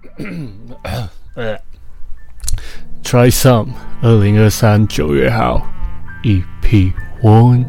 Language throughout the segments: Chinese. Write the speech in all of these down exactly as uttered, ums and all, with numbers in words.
Try some 二零二三九月号 E P one。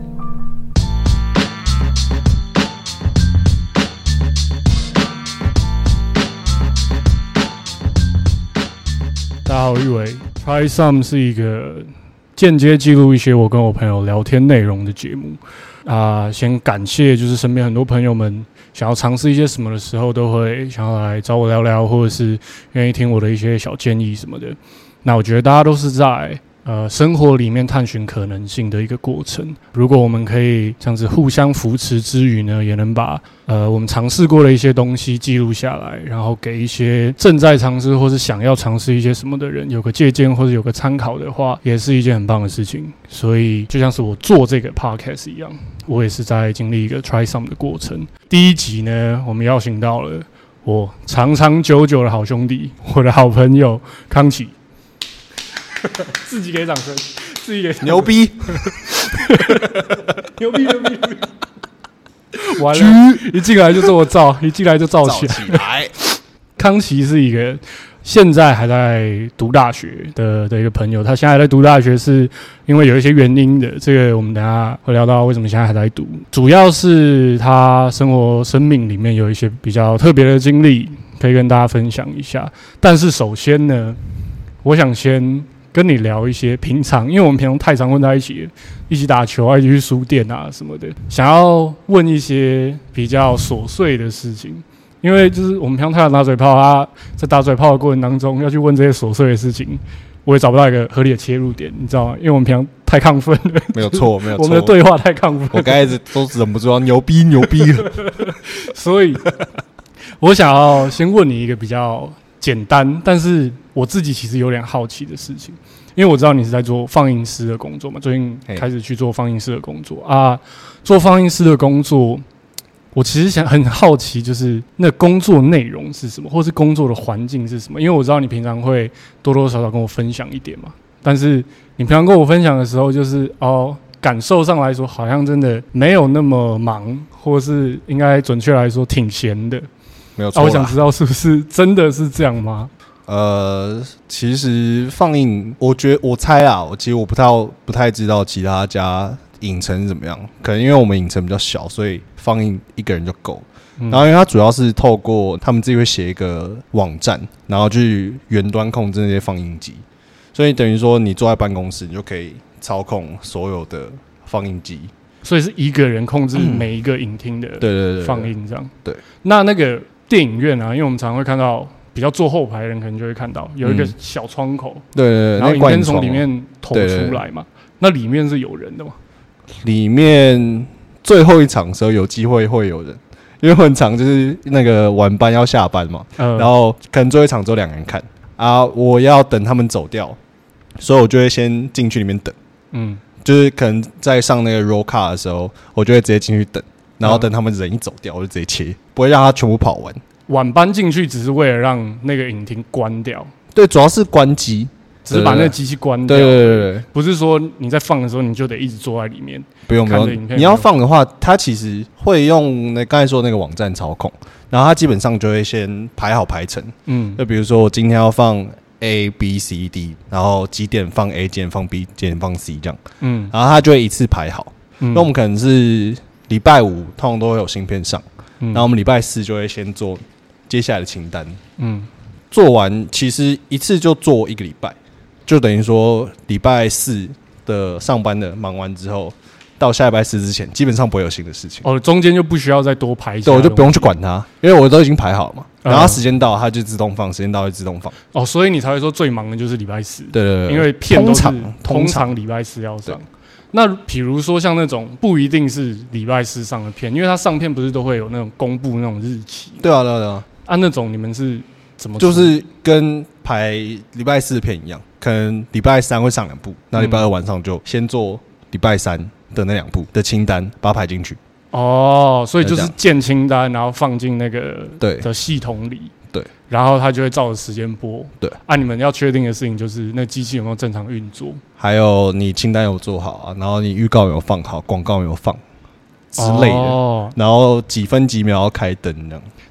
大家好，我玉伟。Try some 是一个间接记录一些我跟我朋友聊天内容的节目啊、呃。先感谢，就是身边很多朋友们想要尝试一些什么的时候，都会想要来找我聊聊，或者是愿意听我的一些小建议什么的。那我觉得大家都是在呃生活里面探寻可能性的一个过程。如果我们可以这样子互相扶持之余呢，也能把呃我们尝试过的一些东西记录下来，然后给一些正在尝试或是想要尝试一些什么的人有个借鉴或者有个参考的话，也是一件很棒的事情。所以就像是我做这个 podcast 一样，我也是在经历一个 try some 的过程。第一集呢，我们邀请到了我长长久久的好兄弟，我的好朋友康琪。自己给掌声，自己给掌声， 牛逼， 牛逼，牛逼，牛逼！完了，一进来就这么燥，一进来就燥起来。 起来康琪是一个现在还在读大学 的, 的一个朋友，他现在还在读大学，是因为有一些原因的。这个我们等一下会聊到为什么现在还在读，主要是他生活生命里面有一些比较特别的经历，可以跟大家分享一下。但是首先呢，我想先跟你聊一些平常，因为我们平常太常混在一起，一起打球啊，一起去书店啊什么的，想要问一些比较琐碎的事情。因为就是我们平常太常打嘴炮啊，在打嘴炮的过程当中，要去问这些琐碎的事情，我也找不到一个合理的切入点，你知道吗？因为我们平常太亢奋了， 没有错，没有错， 我们的对话太亢奋， 我刚才都忍不住要牛逼牛逼了， 所以我想要先问你一个比较简单，但是我自己其实有点好奇的事情，因为我知道你是在做放映师的工作嘛，最近开始去做放映师的工作啊。做放映师的工作，我其实想很好奇，就是那工作内容是什么，或是工作的环境是什么？因为我知道你平常会多多少少跟我分享一点嘛，但是你平常跟我分享的时候，就是哦，感受上来说，好像真的没有那么忙，或是应该准确来说挺闲的。 没有错、啊。 我想知道是不是真的是这样吗？ 呃，其实放映，我觉得我猜啊，我其实我不太不太知道其他家影城是怎么样，可能因为我们影城比较小，所以放映一个人就够。嗯、然后因为它主要是透过他们自己会写一个网站，然后去远端控制那些放映机，所以等于说你坐在办公室，你就可以操控所有的放映机。 所以是一个人控制每一个影厅的放映这样。 对， 那那个电影院啊，因为我们常常会看到，比较坐后排的人可能就会看到有一个小窗口， 嗯、对, 对对， 然后影片从里面投出来嘛。那里面是有人的吗？ 里面最后一场的时候有机会会有人，因为很长就是那个晚班要下班嘛，呃、然后可能最后一场只有两个人看啊，我要等他们走掉，所以我就会先进去里面等，嗯。就是可能在上那个 roll call 的时候，我就会直接进去等，然后等他们人一走掉，我就直接切，不会让他全部跑完。 晚班进去只是为了让那个影厅关掉， 对，主要是关机， 只是把那个机器关掉。 对对对对， 不是说你在放的时候你就得一直坐在里面。 不用不用，你要放的话，它其实会用那刚才说的那个网站操控，然后它基本上就会先排好排程，嗯，就比如说我今天要放A B C D， 然后几点放 A， 几点放 B， 几点放 C 这样，嗯，然后它就会一次排好。那、嗯、我们可能是礼拜五通常都会有新片上，嗯、然后我们礼拜四就会先做接下来的清单，嗯，做完其实一次就做一个礼拜，就等于说礼拜四的上班的忙完之后，到下礼拜四之前，基本上不会有新的事情。 哦，中间就不需要再多排一下， 对，我就不用去管它，因为我都已经排好了嘛。然后时间到，它就自动放；时间到就自动放。 哦，所以你才会说最忙的就是礼拜四。 对对对， 因为片都是通常礼拜四要上。那比如说像那种不一定是礼拜四上的片，因为它上片不是都会有那种公布那种日期。 对啊对啊对啊。 啊，那种你们是怎么？ 就是跟排礼拜四的片一样，可能礼拜三会上两部，那礼拜二晚上就先做礼拜三的那两部的清单，把它排进去。 哦，所以就是建清单，然后放进那个的系统里， 对， 然后它就会照着时间播， 对。 啊，你们要确定的事情就是那机器有没有正常运作， 还有你清单有做好啊，然后你预告有放好，广告有放之类的，哦、然后几分几秒要开灯这样。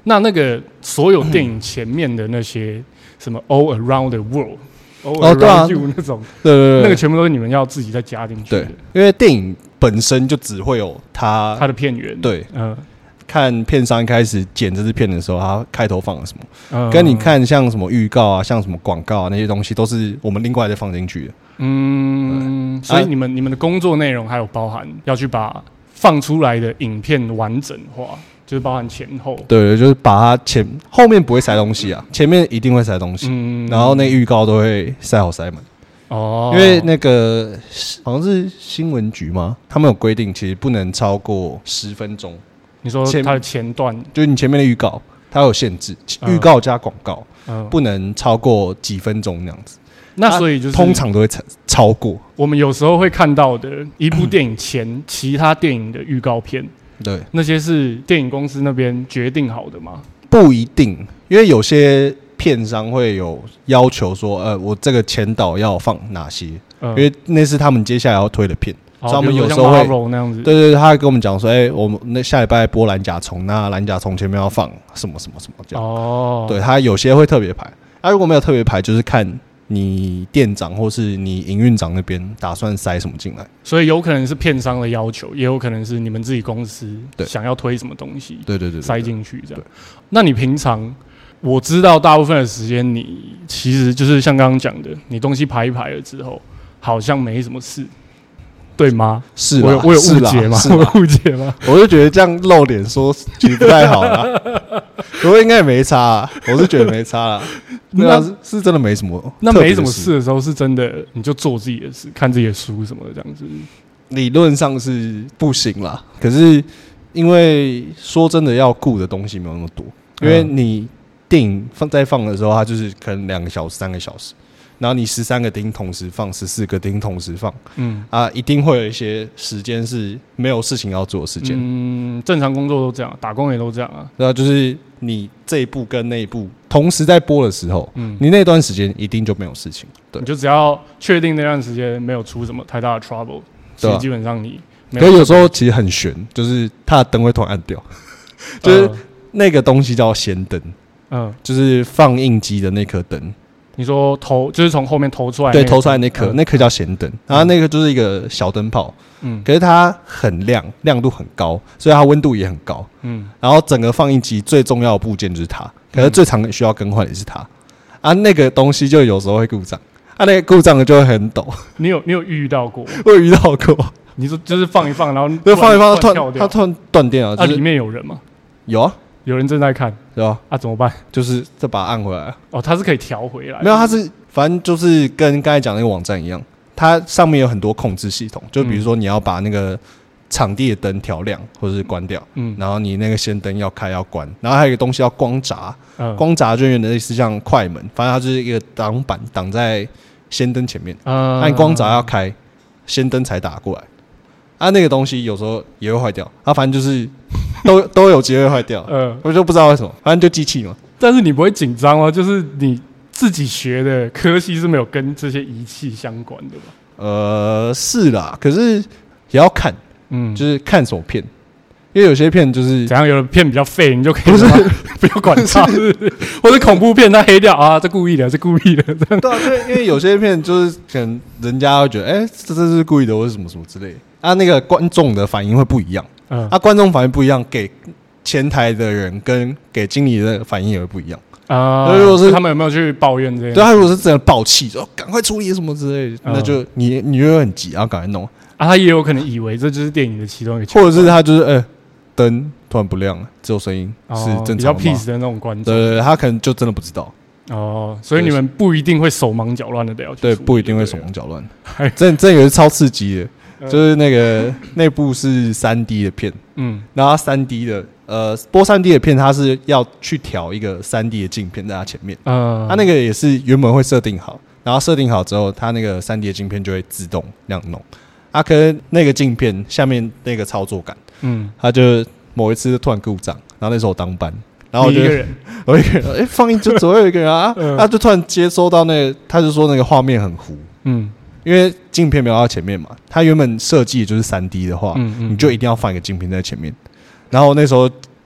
那那个所有电影前面的那些什么 All Around the World、All Around You 那种， 对对对， 那个全部都是你们要自己再加进去的。 对，因为电影本身就只会有它它的片源。 对， 嗯。 看片商一开始剪这支片的时候，他开头放了什么， 嗯、 跟你看像什么预告啊、像什么广告啊那些东西，都是我们另外再放进去的。 嗯，所以你们、啊、你们的工作内容还有包含要去把放出来的影片完整化，就是包含前后。对， 就是把它前后面不会塞东西啊，前面一定会塞东西，嗯、然后那预告都会塞好塞满。哦，因为那个好像是新闻局嘛，他们有规定，其实不能超过十分钟。 你说它的前段， 就是你前面的预告，它有限制，预、嗯、告加广告、嗯，不能超过几分钟那样子。 那所以就是通常都会超过。 我们有时候会看到的一部电影前其他电影的预告片， 对， 那些是电影公司那边决定好的吗？ 不一定，因为有些片商会有要求说，呃，我这个前导要放哪些，嗯、因为那是他们接下来要推的片。所以他们有时候会，对对对，他会跟我们讲说，哎、欸，我们那下礼拜播蓝甲虫，那蓝甲虫前面要放什么什么什么这样。哦，对，他有些会特别排，他、啊、如果没有特别排，就是看你店长或是你营运长那边打算塞什么进来。 所以有可能是片商的要求，也有可能是你们自己公司想要推什么东西， 对对 对, 对， 塞进去这样。那你平常，我知道大部分的时间，你其实就是像刚刚讲的，你东西排一排了之后，好像没什么事。对吗？ 是啦， 我有我有误解吗？我有误解吗？ 我就觉得这样露脸说其实不太好啦。不过应该也没差啦，我是觉得没差啦。对啊，是是真的没什么。 那没什么事的时候，是真的你就做自己的事，看自己的书什么的这样子。 理论上是不行啦，可是因为说真的，要顾的东西没有那么多，因为你电影放在放的时候，它就是可能两个小时、三个小时。然后你十三个钉同时放，十四个钉同时放，嗯啊，一定会有一些时间是没有事情要做的时间。 嗯，正常工作都这样，打工也都这样啊。 对啊，就是你这一部跟那一部同时在播的时候，嗯，你那段时间一定就没有事情。对， 你就只要确定那段时间没有出什么太大的 trouble， 其实基本上你没有。可是有时候其实很悬，就是它的灯会突然暗掉，就是那个东西叫氙灯，嗯，就是放映机的那颗灯。 你说投就是从后面投出来， 对，投出来那颗、嗯，那颗叫氙灯，然后那个就是一个小灯泡，嗯，可是它很亮，亮度很高，所以它温度也很高，嗯，然后整个放映机最重要的部件就是它，可是最常需要更换的是它，啊，那个东西就有时候会故障，啊，那个故障的就会很抖。 你有你有遇到过？ 我有遇到过。 你说就是放一放，然后就放一放，它突然它突然断电了。 啊，里面有人吗？ 有啊。 有人正在看， 对吧？ 啊，怎么办？ 就是再把它按回来。 哦，它是可以调回来。 没有，它是反正就是跟刚才讲那个网站一样，它上面有很多控制系统，就比如说你要把那个场地的灯调亮或者是关掉，嗯，然后你那个氙灯要开要关，然后还有一个东西要光闸，嗯、光闸就有点类似像快门，反正它就是一个挡板挡在氙灯前面，嗯，按光闸要开，氙灯才打过来。啊，那个东西有时候也会坏掉，啊，反正就是都都有机会坏掉，嗯，我就不知道为什么，反正就机器嘛。 但是你不会紧张吗？就是你自己学的科系是没有跟这些仪器相关的吧？ 呃，是啦，可是也要看，嗯，就是看什么片，因为有些片就是怎样，有的片比较废，你就可以不是不要管它，或者恐怖片它黑掉啊，这故意的，这故意的，这样对啊，因为因为有些片就是可能人家会觉得，哎、欸，这这是故意的，或者什么什么之类的。啊，那个观众的反应会不一样，嗯，啊，观众反应不一样，给前台的人跟给经理的反应也会不一样啊。如果是他们有没有去抱怨这些？ 对，他如果是真的爆气，说赶快处理什么之类的，嗯、那就你你就会很急，然后赶快弄。 啊，他也有可能以为这就是电影的其中一个桥段， 或者是他就是哎灯、欸、突然不亮了，只有声音、哦、是正常的，比较 peace 的那种观众。 对对对，他可能就真的不知道。 哦，所以你们不一定会手忙脚乱的得要去处理。 对，不一定会手忙脚乱。真真也是超刺激的。就是那个那部是三 D 的片，嗯，然后三 D 的呃播三 D 的片，它是要去调一个三 D 的镜片在它前面，嗯，它那个也是原本会设定好，然后设定好之后，它那个三 D 的镜片就会自动那样弄。啊，可是那个镜片下面那个操作感，嗯，它就某一次突然故障，然后那时候我当班，然后我就一个人， 我一个人，哎、欸，放映就左右有一个人啊，嗯、他就突然接收到那个，他就说那个画面很糊，嗯。因为镜片没有到前面嘛，它原本设计就是三 D 的话、嗯嗯，你就一定要放一个镜片在前面。然后那时候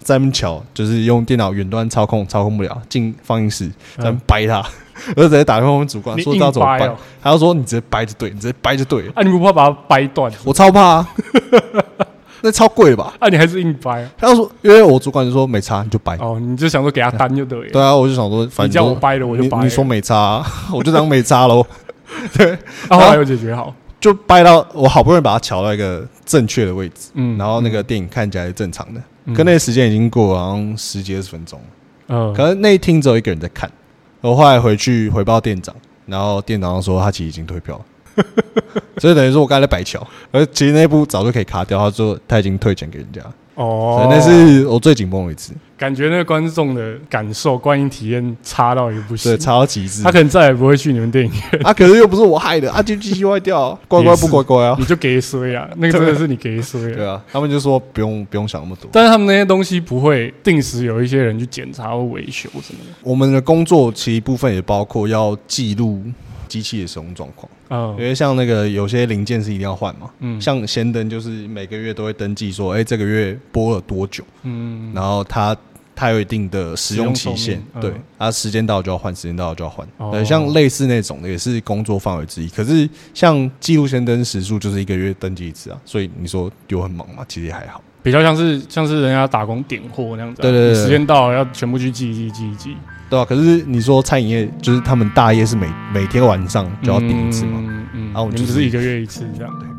在那边瞧，就是用电脑远端操控，操控不了，进放映室在那边掰他。我就直接打电话问主管说：“知道怎么掰？”他就说：“你直接掰就对，你直接掰就对了。” 啊，你不怕把它掰断？ 我超怕啊，那超贵了吧？ 啊，你还是硬掰啊？ 他就说，因为我主管就说没差，你就掰。 哦，你就想说给他单就对了。 对啊，我就想说，反正你叫我掰了，我就掰了。 你说没差、啊，我就当没差喽。对， 啊，后来有解决好， 就掰到我好不容易把它调到一个正确的位置， 嗯， 然后那个电影看起来是正常的，嗯、可那个时间已经过了好像十几二十分钟，嗯，可能那一厅只有一个人在看。我后来回去回报店长，然后店长说他其实已经退票了，所以等于说我刚才在白嫖，而其实那一部早就可以卡掉，他说他已经退钱给人家。哦，所以那是我最紧绷的一次， 感觉那个观众的感受、观影体验差到一个不行， 对，差到极致。 他可能再也不会去你们电影院。 啊，可是又不是我害的，啊，就机器坏掉，乖乖不乖乖啊？ 你就给衰啊，那个真的是你给衰啊。 对啊，他们就说不用不用想那么多， 但是他们那些东西不会定时有一些人去检查或维修什么的。 我们的工作其实部分也包括要记录机器的使用状况。嗯，因为像那个有些零件是一定要换嘛，嗯，像氙灯就是每个月都会登记说，哎、欸，这个月播了多久，嗯，然后它它有一定的使用期限，嗯、对，它、啊、时间到了就要换，时间到了就要换，哦、对，像类似那种的也是工作范围之一。可是像记录氙灯时数就是一个月登记一次啊，所以你说有很忙吗？其实也还好， 比较像是像是人家打工点货那样子、啊， 对对 对, 对， 时间到了要全部去记一记记一记。 对啊，可是你说餐饮业就是他们大业是每每天晚上就要订一次嘛， 嗯嗯， 然后我们、就是、 你们只是一个月一次这样。